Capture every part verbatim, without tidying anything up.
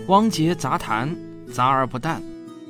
汪杰杂谈，杂而不淡。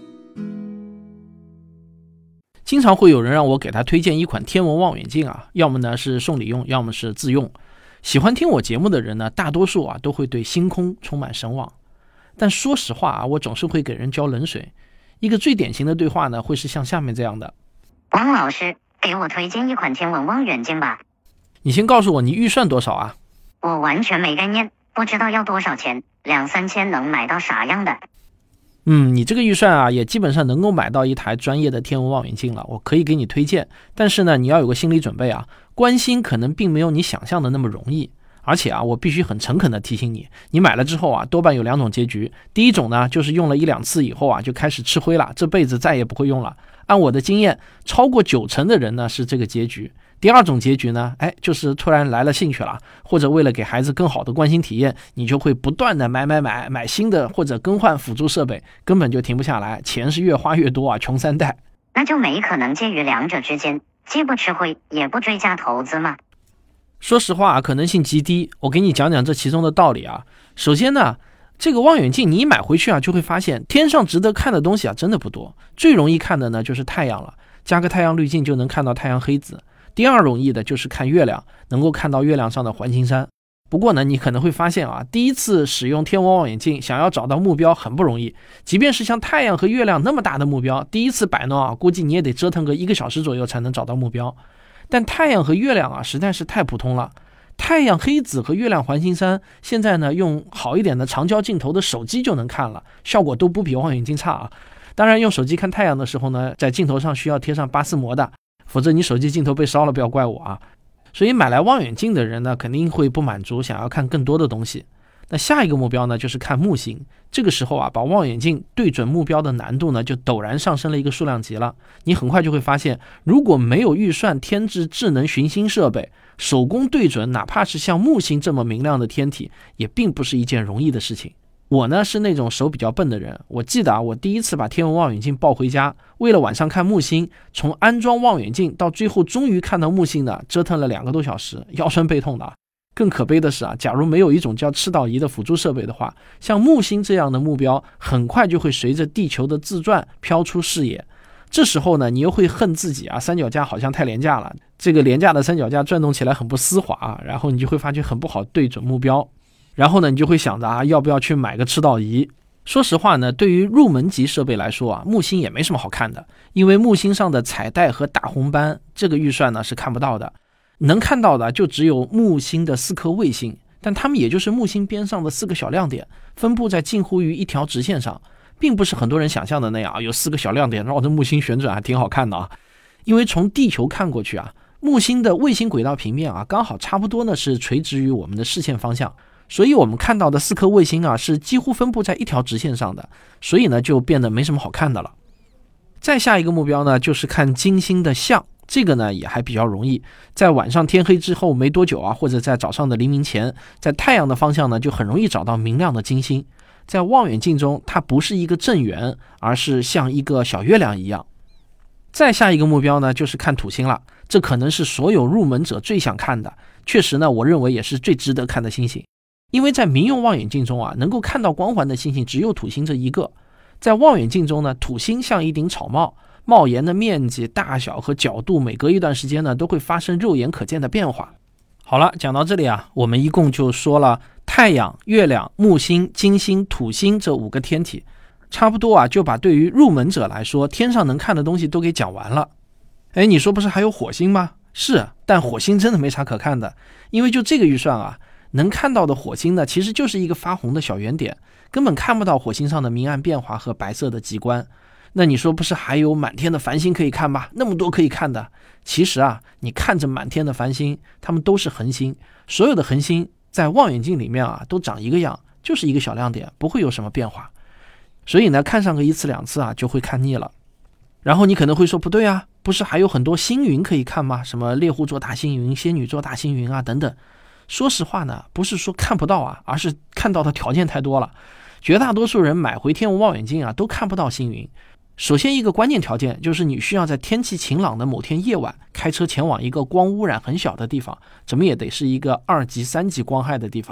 经常会有人让我给他推荐一款天文望远镜啊，要么呢是送礼用，要么是自用。喜欢听我节目的人呢，大多数啊都会对星空充满神往。但说实话啊，我总是会给人浇冷水。一个最典型的对话呢，会是像下面这样的： 王老师，给我推荐一款天文望远镜吧。 你先告诉我你预算多少啊？ 我完全没概念，不知道要多少钱，两三千能买到啥样的？ 嗯，你这个预算啊，也基本上能够买到一台专业的天文望远镜了，我可以给你推荐。但是呢，你要有个心理准备啊，观星可能并没有你想象的那么容易。而且啊，我必须很诚恳的提醒你，你买了之后啊，多半有两种结局。第一种呢，就是用了一两次以后啊，就开始吃灰了，这辈子再也不会用了。按我的经验，超过九成的人呢是这个结局。第二种结局呢，哎，就是突然来了兴趣了，或者为了给孩子更好的观星体验，你就会不断的买买买买新的或者更换辅助设备，根本就停不下来，钱是越花越多啊，穷三代。 那就没可能介于两者之间，既不吃灰也不追加投资吗？ 说实话，可能性极低。我给你讲讲这其中的道理啊。首先呢，这个望远镜你一买回去啊，就会发现天上值得看的东西啊，真的不多。最容易看的呢，就是太阳了，加个太阳滤镜就能看到太阳黑子。第二容易的就是看月亮，能够看到月亮上的环形山。不过呢，你可能会发现啊，第一次使用天文望远镜，想要找到目标很不容易。即便是像太阳和月亮那么大的目标，第一次摆弄啊，估计你也得折腾个一个小时左右才能找到目标。但太阳和月亮啊，实在是太普通了。太阳黑子和月亮环形山，现在呢，用好一点的长焦镜头的手机就能看了，效果都不比望远镜差啊。当然，用手机看太阳的时候呢，在镜头上需要贴上巴斯膜的，否则你手机镜头被烧了，不要怪我啊。所以买来望远镜的人呢，肯定会不满足，想要看更多的东西。那下一个目标呢，就是看木星。这个时候啊，把望远镜对准目标的难度呢，就陡然上升了一个数量级了。你很快就会发现，如果没有预算添置智能寻星设备，手工对准哪怕是像木星这么明亮的天体，也并不是一件容易的事情。我呢是那种手比较笨的人，我记得啊，我第一次把天文望远镜抱回家，为了晚上看木星，从安装望远镜到最后终于看到木星呢，折腾了两个多小时，腰酸背痛的。更可悲的是啊，假如没有一种叫赤道仪的辅助设备的话，像木星这样的目标很快就会随着地球的自转飘出视野。这时候呢，你又会恨自己啊，三脚架好像太廉价了，这个廉价的三脚架转动起来很不丝滑啊，然后你就会发觉很不好对准目标。然后呢，你就会想着啊，要不要去买个赤道仪？说实话呢，对于入门级设备来说啊，木星也没什么好看的，因为木星上的彩带和大红斑，这个预算呢是看不到的。能看到的就只有木星的四颗卫星，但它们也就是木星边上的四个小亮点，分布在近乎于一条直线上，并不是很多人想象的那样，有四个小亮点绕着木星旋转，还挺好看的啊。因为从地球看过去啊，木星的卫星轨道平面啊，刚好差不多呢是垂直于我们的视线方向，所以我们看到的四颗卫星啊，是几乎分布在一条直线上的，所以呢就变得没什么好看的了。再下一个目标呢，就是看金星的像。这个呢也还比较容易，在晚上天黑之后没多久啊，或者在早上的黎明前，在太阳的方向呢就很容易找到明亮的金星。在望远镜中，它不是一个正圆，而是像一个小月亮一样。再下一个目标呢，就是看土星了，这可能是所有入门者最想看的，确实呢，我认为也是最值得看的星星。因为在民用望远镜中啊，能够看到光环的星星只有土星这一个。在望远镜中呢，土星像一顶草帽，帽檐的面积、大小和角度每隔一段时间呢，都会发生肉眼可见的变化。好了，讲到这里啊，我们一共就说了太阳、月亮、木星、金星、土星这五个天体，差不多啊，就把对于入门者来说，天上能看的东西都给讲完了。哎，你说不是还有火星吗？是，但火星真的没啥可看的，因为就这个预算啊，能看到的火星呢，其实就是一个发红的小圆点，根本看不到火星上的明暗变化和白色的极光。那你说不是还有满天的繁星可以看吗？那么多可以看的。其实啊，你看着满天的繁星，它们都是恒星，所有的恒星在望远镜里面啊都长一个样，就是一个小亮点，不会有什么变化。所以呢，看上个一次两次啊就会看腻了。然后你可能会说，不对啊，不是还有很多星云可以看吗？什么猎户座大星云、仙女座大星云啊等等。说实话呢，不是说看不到啊，而是看到的条件太多了。绝大多数人买回天文望远镜啊都看不到星云。首先一个关键条件就是你需要在天气晴朗的某天夜晚开车前往一个光污染很小的地方，怎么也得是一个二级三级光害的地方。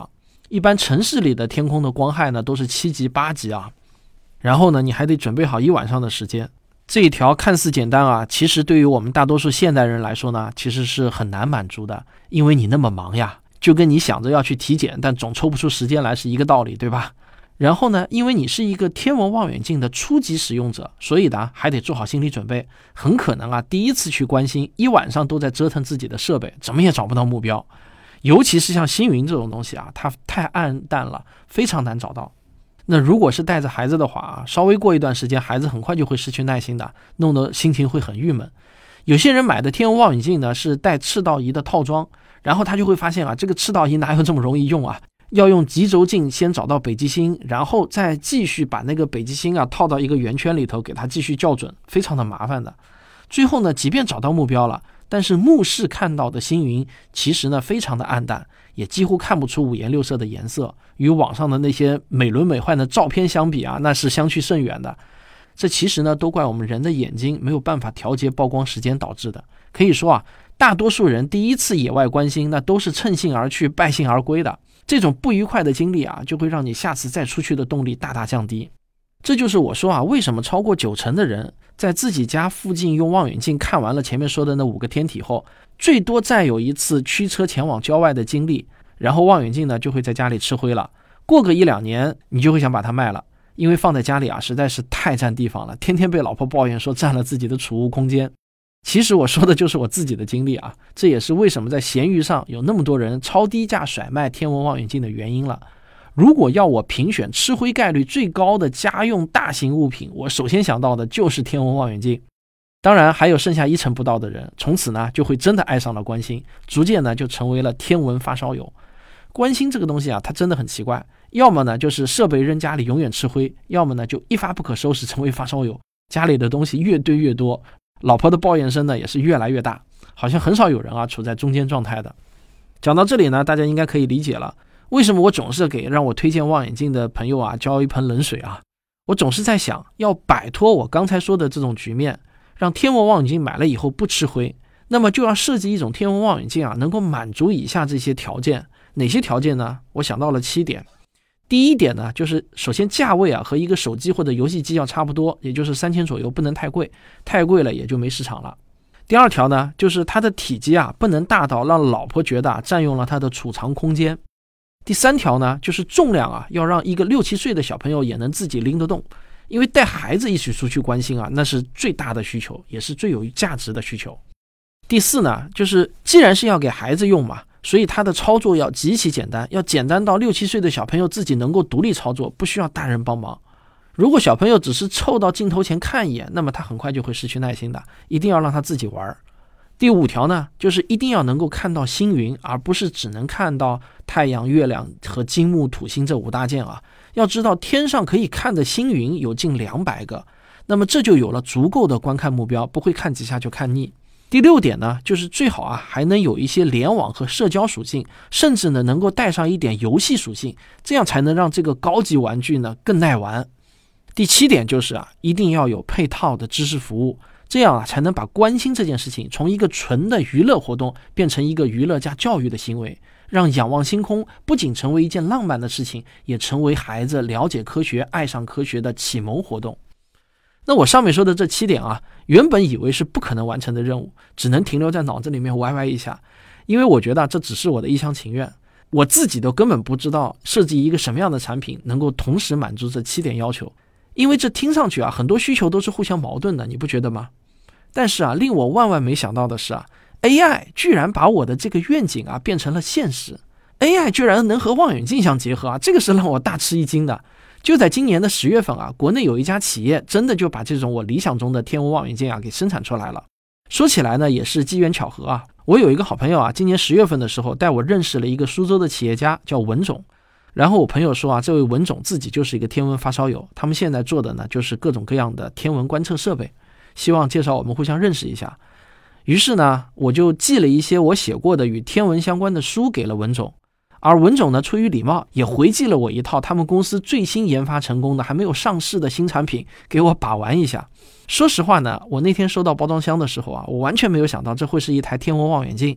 一般城市里的天空的光害呢都是七级八级啊，然后呢你还得准备好一晚上的时间。这一条看似简单啊，其实对于我们大多数现代人来说呢，其实是很难满足的，因为你那么忙呀，就跟你想着要去体检但总抽不出时间来是一个道理，对吧？然后呢，因为你是一个天文望远镜的初级使用者，所以呢还得做好心理准备，很可能啊第一次去观星，一晚上都在折腾自己的设备，怎么也找不到目标。尤其是像星云这种东西啊，它太暗淡了，非常难找到。那如果是带着孩子的话啊，稍微过一段时间，孩子很快就会失去耐心的，弄得心情会很郁闷。有些人买的天文望远镜呢是带赤道仪的套装，然后他就会发现啊，这个赤道仪哪有这么容易用啊？要用极轴镜先找到北极星，然后再继续把那个北极星啊套到一个圆圈里头，给它继续校准，非常的麻烦的。最后呢，即便找到目标了，但是目视看到的星云其实呢非常的暗淡，也几乎看不出五颜六色的颜色，与网上的那些美轮美奂的照片相比啊，那是相去甚远的。这其实呢都怪我们人的眼睛没有办法调节曝光时间导致的。可以说啊，大多数人第一次野外观星那都是乘兴而去败兴而归的，这种不愉快的经历啊，就会让你下次再出去的动力大大降低。这就是我说啊，为什么超过九成的人在自己家附近用望远镜看完了前面说的那五个天体后，最多再有一次驱车前往郊外的经历，然后望远镜呢就会在家里吃灰了。过个一两年，你就会想把它卖了，因为放在家里啊实在是太占地方了，天天被老婆抱怨说占了自己的储物空间。其实我说的就是我自己的经历啊，这也是为什么在闲鱼上有那么多人超低价甩卖天文望远镜的原因了。如果要我评选吃灰概率最高的家用大型物品，我首先想到的就是天文望远镜。当然还有剩下一成不到的人，从此呢就会真的爱上了观星，逐渐呢就成为了天文发烧友。观星这个东西啊，它真的很奇怪，要么呢就是设备扔家里永远吃灰，要么呢就一发不可收拾成为发烧友，家里的东西越堆越多，老婆的抱怨声呢也是越来越大，好像很少有人啊处在中间状态的。讲到这里呢，大家应该可以理解了，为什么我总是给让我推荐望远镜的朋友啊浇一盆冷水啊？我总是在想，要摆脱我刚才说的这种局面，让天文望远镜买了以后不吃灰，那么就要设计一种天文望远镜啊，能够满足以下这些条件。哪些条件呢？我想到了七点。第一点呢，就是首先价位啊和一个手机或者游戏机要差不多，也就是三千左右，不能太贵，太贵了也就没市场了。第二条呢，就是它的体积啊不能大到让老婆觉得啊占用了它的储藏空间。第三条呢，就是重量啊要让一个六七岁的小朋友也能自己拎得动，因为带孩子一起出去观星啊，那是最大的需求，也是最有价值的需求。第四呢，就是既然是要给孩子用嘛，所以它的操作要极其简单，要简单到六七岁的小朋友自己能够独立操作，不需要大人帮忙。如果小朋友只是凑到镜头前看一眼，那么他很快就会失去耐心的，一定要让他自己玩。第五条呢，就是一定要能够看到星云，而不是只能看到太阳、月亮和金木土星这五大件啊。要知道天上可以看的星云有近两百个，那么这就有了足够的观看目标，不会看几下就看腻。第六点呢，就是最好啊还能有一些联网和社交属性，甚至呢能够带上一点游戏属性，这样才能让这个高级玩具呢更耐玩。第七点就是啊，一定要有配套的知识服务，这样啊才能把观星这件事情从一个纯的娱乐活动变成一个娱乐加教育的行为，让仰望星空不仅成为一件浪漫的事情，也成为孩子了解科学、爱上科学的启蒙活动。那我上面说的这七点啊，原本以为是不可能完成的任务，只能停留在脑子里面歪歪一下，因为我觉得这只是我的一厢情愿，我自己都根本不知道设计一个什么样的产品能够同时满足这七点要求，因为这听上去啊，很多需求都是互相矛盾的，你不觉得吗？但是啊，令我万万没想到的是啊 ，A I 居然把我的这个愿景啊变成了现实 ，A I 居然能和望远镜相结合啊，这个是让我大吃一惊的。就在今年的十月份啊，国内有一家企业真的就把这种我理想中的天文望远镜啊给生产出来了。说起来呢，也是机缘巧合啊。我有一个好朋友啊，今年十月份的时候带我认识了一个苏州的企业家，叫文总。然后我朋友说啊，这位文总自己就是一个天文发烧友，他们现在做的呢就是各种各样的天文观测设备，希望介绍我们互相认识一下。于是呢，我就寄了一些我写过的与天文相关的书给了文总。而文总呢，出于礼貌，也回寄了我一套他们公司最新研发成功的还没有上市的新产品，给我把玩一下。说实话呢，我那天收到包装箱的时候啊，我完全没有想到这会是一台天文望远镜，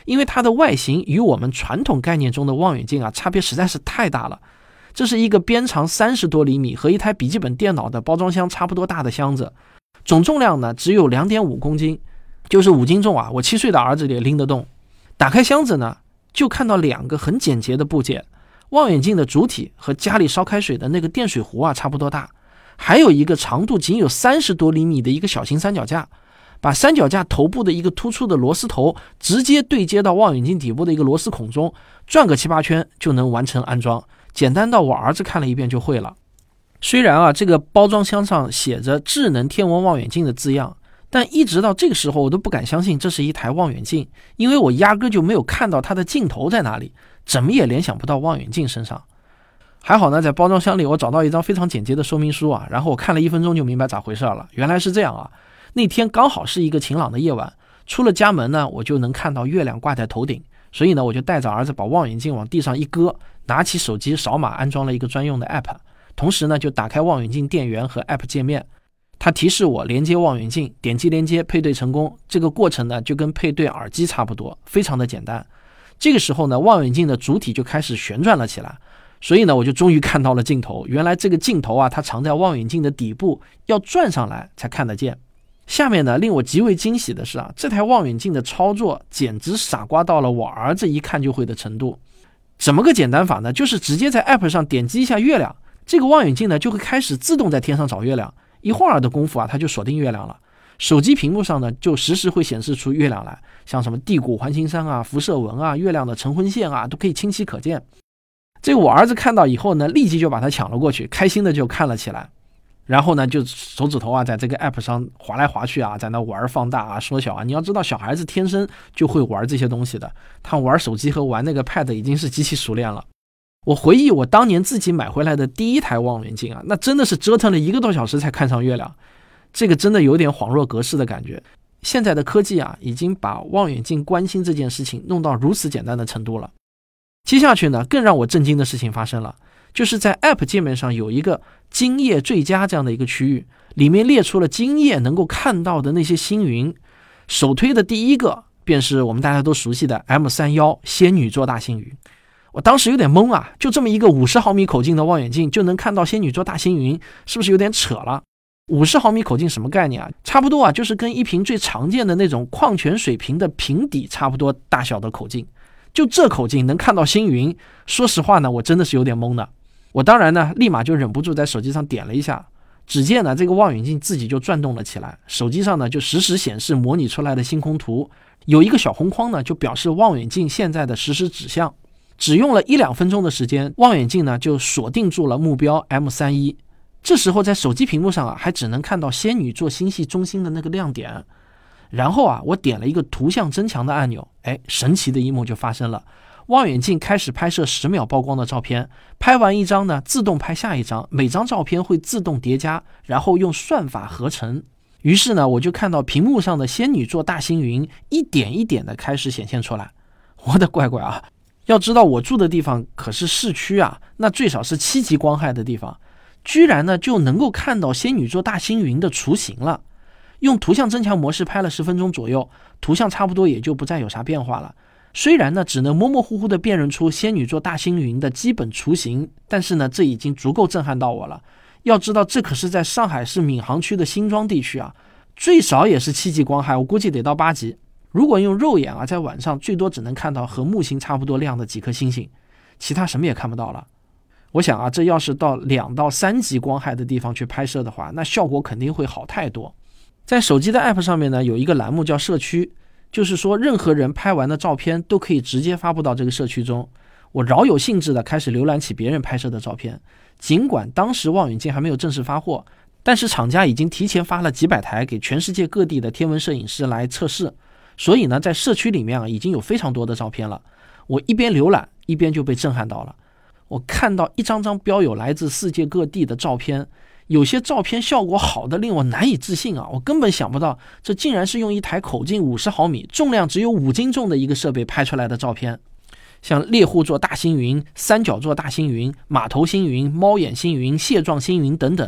因为它的外形与我们传统概念中的望远镜啊差别实在是太大了。这是一个边长三十多厘米和一台笔记本电脑的包装箱差不多大的箱子，总重量呢只有 两点五公斤，就是五斤重啊，我七岁的儿子也拎得动。打开箱子呢，就看到两个很简洁的部件，望远镜的主体和家里烧开水的那个电水壶啊差不多大，还有一个长度仅有三十多厘米的一个小型三脚架，把三脚架头部的一个突出的螺丝头直接对接到望远镜底部的一个螺丝孔中，转个七八圈就能完成安装，简单到我儿子看了一遍就会了。虽然啊这个包装箱上写着智能天文望远镜的字样，但一直到这个时候我都不敢相信这是一台望远镜，因为我压根就没有看到它的镜头在哪里，怎么也联想不到望远镜身上。还好呢，在包装箱里我找到一张非常简洁的说明书啊，然后我看了一分钟就明白咋回事了。原来是这样啊，那天刚好是一个晴朗的夜晚，出了家门呢，我就能看到月亮挂在头顶，所以呢，我就带着儿子把望远镜往地上一搁，拿起手机扫码安装了一个专用的 app， 同时呢，就打开望远镜电源和 app 界面，它提示我连接望远镜，点击连接配对成功。这个过程呢，就跟配对耳机差不多，非常的简单。这个时候呢，望远镜的主体就开始旋转了起来，所以呢，我就终于看到了镜头。原来这个镜头啊，它藏在望远镜的底部，要转上来才看得见。下面呢，令我极为惊喜的是啊，这台望远镜的操作简直傻瓜到了我儿子一看就会的程度。怎么个简单法呢？就是直接在 app 上点击一下月亮，这个望远镜呢就会开始自动在天上找月亮。一会儿的功夫啊，它就锁定月亮了。手机屏幕上呢，就实时会显示出月亮来，像什么地谷环形山啊、辐射纹啊、月亮的晨昏线啊，都可以清晰可见。这个我儿子看到以后呢，立即就把它抢了过去，开心的就看了起来。然后呢，就手指头啊，在这个 app 上滑来滑去啊，在那玩放大啊、缩小啊。你要知道，小孩子天生就会玩这些东西的，他玩手机和玩那个 pad 已经是极其熟练了。我回忆我当年自己买回来的第一台望远镜啊，那真的是折腾了一个多小时才看上月亮，这个真的有点恍若隔世的感觉。现在的科技啊，已经把望远镜关心这件事情弄到如此简单的程度了。接下去呢，更让我震惊的事情发生了，就是在 App 界面上有一个今夜最佳这样的一个区域，里面列出了今夜能够看到的那些星云。首推的第一个便是我们大家都熟悉的 M 三十一 仙女座大星云。我当时有点懵啊，就这么一个五十毫米口径的望远镜就能看到仙女座大星云，是不是有点扯了？五十毫米口径什么概念啊？差不多啊，就是跟一瓶最常见的那种矿泉水瓶的瓶底差不多大小的口径。就这口径能看到星云，说实话呢，我真的是有点懵的。我当然呢，立马就忍不住在手机上点了一下，只见呢这个望远镜自己就转动了起来，手机上呢就实时显示模拟出来的星空图，有一个小红框呢就表示望远镜现在的实时指向。只用了一两分钟的时间，望远镜呢就锁定住了目标 M 三十一。这时候在手机屏幕上啊，还只能看到仙女座星系中心的那个亮点。然后啊，我点了一个图像增强的按钮，哎，神奇的一幕就发生了。望远镜开始拍摄十秒曝光的照片，拍完一张呢，自动拍下一张，每张照片会自动叠加，然后用算法合成。于是呢，我就看到屏幕上的仙女座大星云一点一点的开始显现出来。我的乖乖啊！要知道我住的地方可是市区啊，那最少是七级光害的地方，居然呢就能够看到仙女座大星云的雏形了。用图像增强模式拍了十分钟左右，图像差不多也就不再有啥变化了。虽然呢只能模模糊糊的辨认出仙女座大星云的基本雏形，但是呢这已经足够震撼到我了。要知道这可是在上海市闵行区的新庄地区啊，最少也是七级光害，我估计得到八级。如果用肉眼啊，在晚上最多只能看到和木星差不多亮的几颗星星，其他什么也看不到了。我想啊，这要是到两到三级光害的地方去拍摄的话，那效果肯定会好太多。在手机的 app 上面呢，有一个栏目叫社区，就是说任何人拍完的照片都可以直接发布到这个社区中。我饶有兴致的开始浏览起别人拍摄的照片，尽管当时望远镜还没有正式发货，但是厂家已经提前发了几百台给全世界各地的天文摄影师来测试。所以呢，在社区里面啊，已经有非常多的照片了。我一边浏览，一边就被震撼到了。我看到一张张标有来自世界各地的照片，有些照片效果好的令我难以置信啊！我根本想不到，这竟然是用一台口径五十毫米、重量只有五斤重的一个设备拍出来的照片。像猎户座大星云、三角座大星云、马头星云、猫眼星云、蟹状星云等等，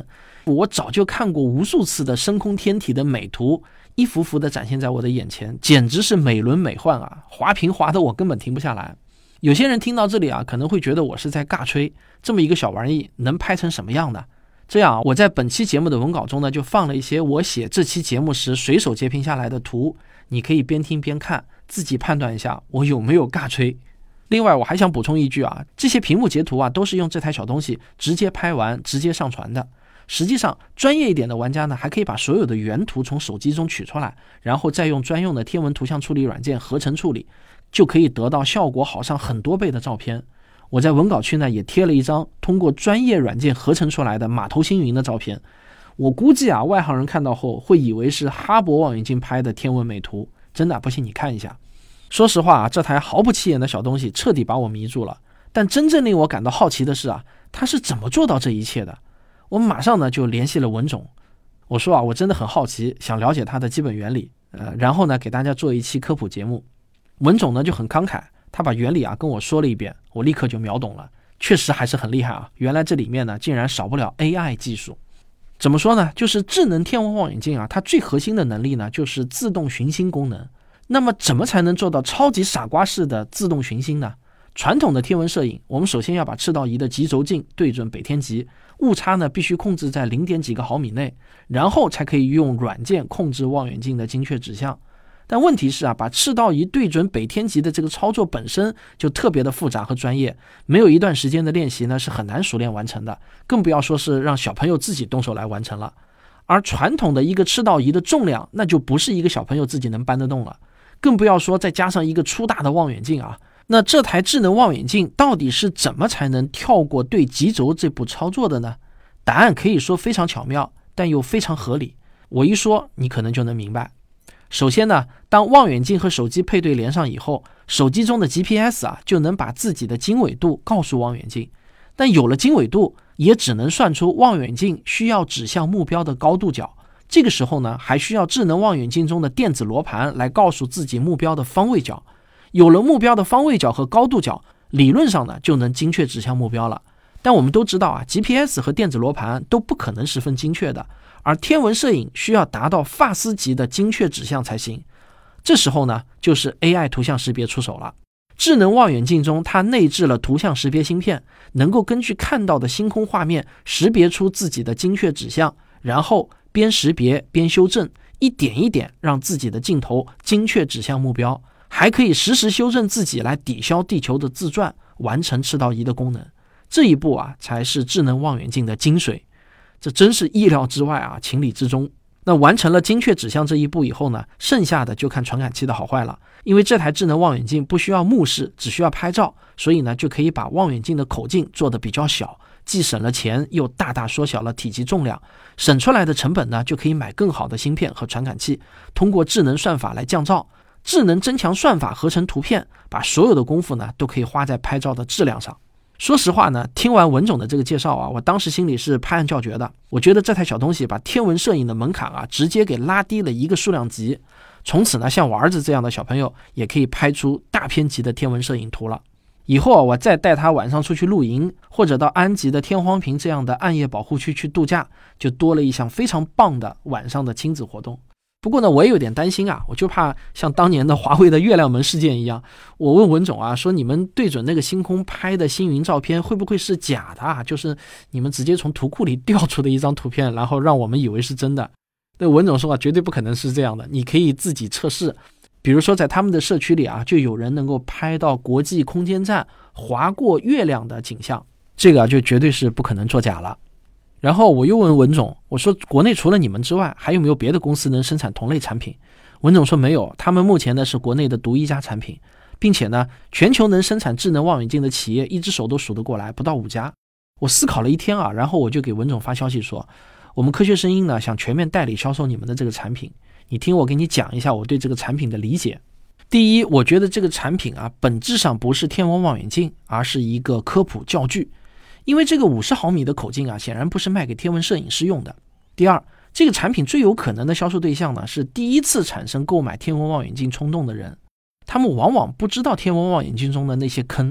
幅我早就看过无数次的深空天体的美图，一幅幅的展现在我的眼前，简直是美轮美奂啊！滑屏滑的我根本停不下来。有些人听到这里啊，可能会觉得我是在尬吹，这么一个小玩意能拍成什么样呢？这样，我在本期节目的文稿中呢，就放了一些我写这期节目时随手截屏下来的图，你可以边听边看，自己判断一下我有没有尬吹。另外，我还想补充一句啊，这些屏幕截图啊，都是用这台小东西直接拍完，直接上传的。实际上，专业一点的玩家呢，还可以把所有的原图从手机中取出来，然后再用专用的天文图像处理软件合成处理，就可以得到效果好上很多倍的照片。我在文稿区呢也贴了一张通过专业软件合成出来的马头星云的照片，我估计啊外行人看到后会以为是哈勃望远镜拍的天文美图，真的不信你看一下。说实话啊，这台毫不起眼的小东西彻底把我迷住了，但真正令我感到好奇的是啊，它是怎么做到这一切的？我马上呢就联系了文总，我说啊我真的很好奇，想了解它的基本原理，呃，然后呢给大家做一期科普节目。文总呢就很慷慨，他把原理啊跟我说了一遍，我立刻就秒懂了，确实还是很厉害啊！原来这里面呢竟然少不了 A I 技术。怎么说呢？就是智能天文望远镜啊，它最核心的能力呢就是自动寻星功能。那么怎么才能做到超级傻瓜式的自动寻星呢？传统的天文摄影，我们首先要把赤道仪的极轴镜对准北天极，误差呢必须控制在零点几个毫米内，然后才可以用软件控制望远镜的精确指向。但问题是啊，把赤道仪对准北天极的这个操作本身就特别的复杂和专业，没有一段时间的练习呢是很难熟练完成的，更不要说是让小朋友自己动手来完成了。而传统的一个赤道仪的重量，那就不是一个小朋友自己能搬得动了，更不要说再加上一个粗大的望远镜啊。那这台智能望远镜到底是怎么才能跳过对极轴这步操作的呢？答案可以说非常巧妙，但又非常合理。我一说你可能就能明白。首先呢，当望远镜和手机配对连上以后，手机中的 G P S 啊就能把自己的经纬度告诉望远镜，但有了经纬度，也只能算出望远镜需要指向目标的高度角。这个时候呢，还需要智能望远镜中的电子罗盘来告诉自己目标的方位角。有了目标的方位角和高度角，理论上呢就能精确指向目标了。但我们都知道啊 ，G P S 和电子罗盘都不可能十分精确的。而天文摄影需要达到发丝级的精确指向才行。这时候呢，就是 A I 图像识别出手了。智能望远镜中，它内置了图像识别芯片，能够根据看到的星空画面识别出自己的精确指向，然后边识别边修正，一点一点让自己的镜头精确指向目标，还可以实时修正自己来抵消地球的自转，完成赤道仪的功能。这一步啊，才是智能望远镜的精髓。这真是意料之外啊，情理之中。那完成了精确指向这一步以后呢，剩下的就看传感器的好坏了。因为这台智能望远镜不需要目视，只需要拍照，所以呢就可以把望远镜的口径做得比较小，既省了钱，又大大缩小了体积重量。省出来的成本呢，就可以买更好的芯片和传感器，通过智能算法来降噪，智能增强算法合成图片，把所有的功夫呢都可以花在拍照的质量上。说实话呢，听完文总的这个介绍啊，我当时心里是拍案叫绝的。我觉得这台小东西把天文摄影的门槛啊，直接给拉低了一个数量级。从此呢，像我儿子这样的小朋友也可以拍出大片级的天文摄影图了。以后啊，我再带他晚上出去露营，或者到安吉的天荒坪这样的暗夜保护区去度假，就多了一项非常棒的晚上的亲子活动。不过呢，我也有点担心啊，我就怕像当年的华为的月亮门事件一样。我问文总啊，说你们对准那个星空拍的星云照片会不会是假的啊？就是你们直接从图库里调出的一张图片，然后让我们以为是真的。对，文总说啊，绝对不可能是这样的，你可以自己测试。比如说在他们的社区里啊，就有人能够拍到国际空间站划过月亮的景象，这个啊就绝对是不可能作假了。然后我又问文总，我说国内除了你们之外，还有没有别的公司能生产同类产品？文总说没有，他们目前呢是国内的独一家产品，并且呢，全球能生产智能望远镜的企业一只手都数得过来，不到五家。我思考了一天啊，然后我就给文总发消息说，我们科学声音呢想全面代理销售你们的这个产品，你听我给你讲一下我对这个产品的理解。第一，我觉得这个产品啊，本质上不是天文望远镜，而是一个科普教具。因为这个五十毫米的口径啊，显然不是卖给天文摄影师用的。第二，这个产品最有可能的销售对象呢，是第一次产生购买天文望远镜冲动的人，他们往往不知道天文望远镜中的那些坑，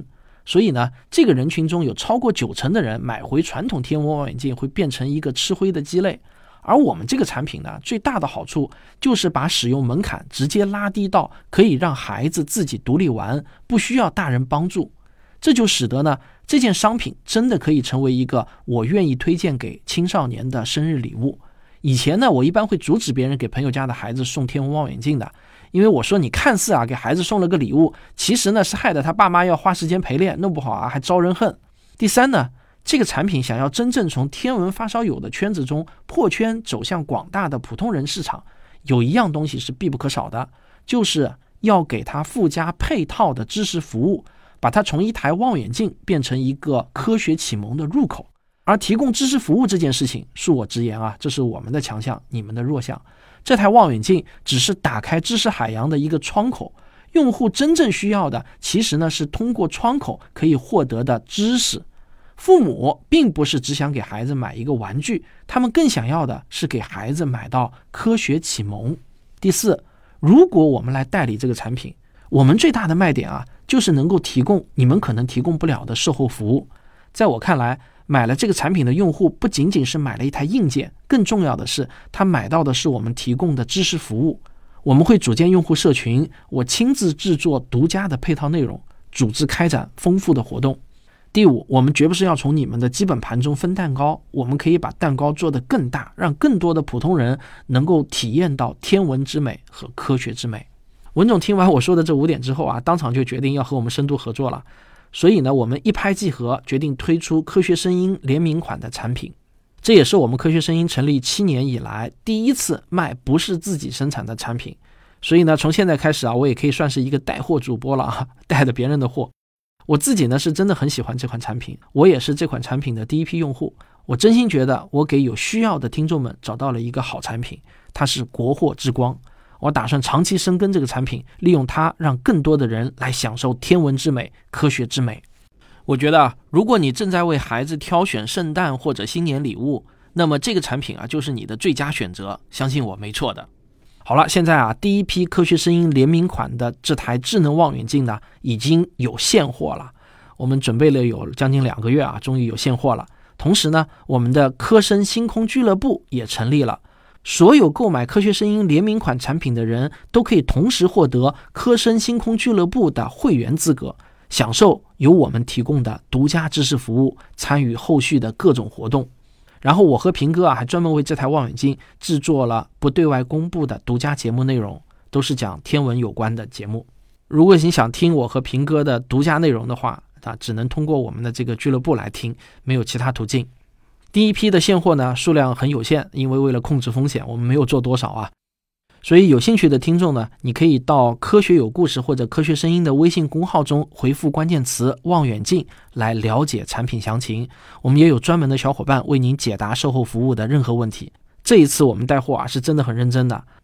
所以呢，这个人群中有超过九成的人买回传统天文望远镜会变成一个吃灰的鸡肋。而我们这个产品呢，最大的好处就是把使用门槛直接拉低到可以让孩子自己独立玩，不需要大人帮助。这就使得呢，这件商品真的可以成为一个我愿意推荐给青少年的生日礼物。以前呢，我一般会阻止别人给朋友家的孩子送天文望远镜的，因为我说你看似啊给孩子送了个礼物，其实呢是害得他爸妈要花时间陪练，弄不好啊还招人恨。第三呢，这个产品想要真正从天文发烧友的圈子中破圈走向广大的普通人市场，有一样东西是必不可少的，就是要给它附加配套的知识服务，把它从一台望远镜变成一个科学启蒙的入口。而提供知识服务这件事情，恕我直言啊，这是我们的强项，你们的弱项。这台望远镜只是打开知识海洋的一个窗口，用户真正需要的其实呢是通过窗口可以获得的知识。父母并不是只想给孩子买一个玩具，他们更想要的是给孩子买到科学启蒙。第四，如果我们来代理这个产品，我们最大的卖点啊，就是能够提供你们可能提供不了的售后服务。在我看来，买了这个产品的用户不仅仅是买了一台硬件，更重要的是他买到的是我们提供的知识服务。我们会组建用户社群，我亲自制作独家的配套内容，组织开展丰富的活动。第五，我们绝不是要从你们的基本盘中分蛋糕，我们可以把蛋糕做得更大，让更多的普通人能够体验到天文之美和科学之美。文总听完我说的这五点之后啊，当场就决定要和我们深度合作了。所以呢，我们一拍即合，决定推出科学声音联名款的产品。这也是我们科学声音成立七年以来第一次卖不是自己生产的产品。所以呢，从现在开始啊，我也可以算是一个带货主播了啊，带着别人的货。我自己呢是真的很喜欢这款产品，我也是这款产品的第一批用户。我真心觉得我给有需要的听众们找到了一个好产品，它是国货之光。我打算长期深耕这个产品，利用它让更多的人来享受天文之美、科学之美。我觉得如果你正在为孩子挑选圣诞或者新年礼物，那么这个产品啊就是你的最佳选择，相信我没错的。好了，现在啊第一批科学声音联名款的这台智能望远镜呢已经有现货了，我们准备了有将近两个月啊，终于有现货了。同时呢，我们的科声星空俱乐部也成立了。所有购买科学声音联名款产品的人都可以同时获得科声星空俱乐部的会员资格，享受由我们提供的独家知识服务，参与后续的各种活动。然后我和平哥啊还专门为这台望远镜制作了不对外公布的独家节目内容，都是讲天文有关的节目。如果你想听我和平哥的独家内容的话啊，只能通过我们的这个俱乐部来听，没有其他途径。第一批的现货呢数量很有限，因为为了控制风险，我们没有做多少啊。所以有兴趣的听众呢，你可以到科学有故事或者科学声音的微信公号中回复关键词望远镜来了解产品详情。我们也有专门的小伙伴为您解答售后服务的任何问题。这一次我们带货啊是真的很认真的，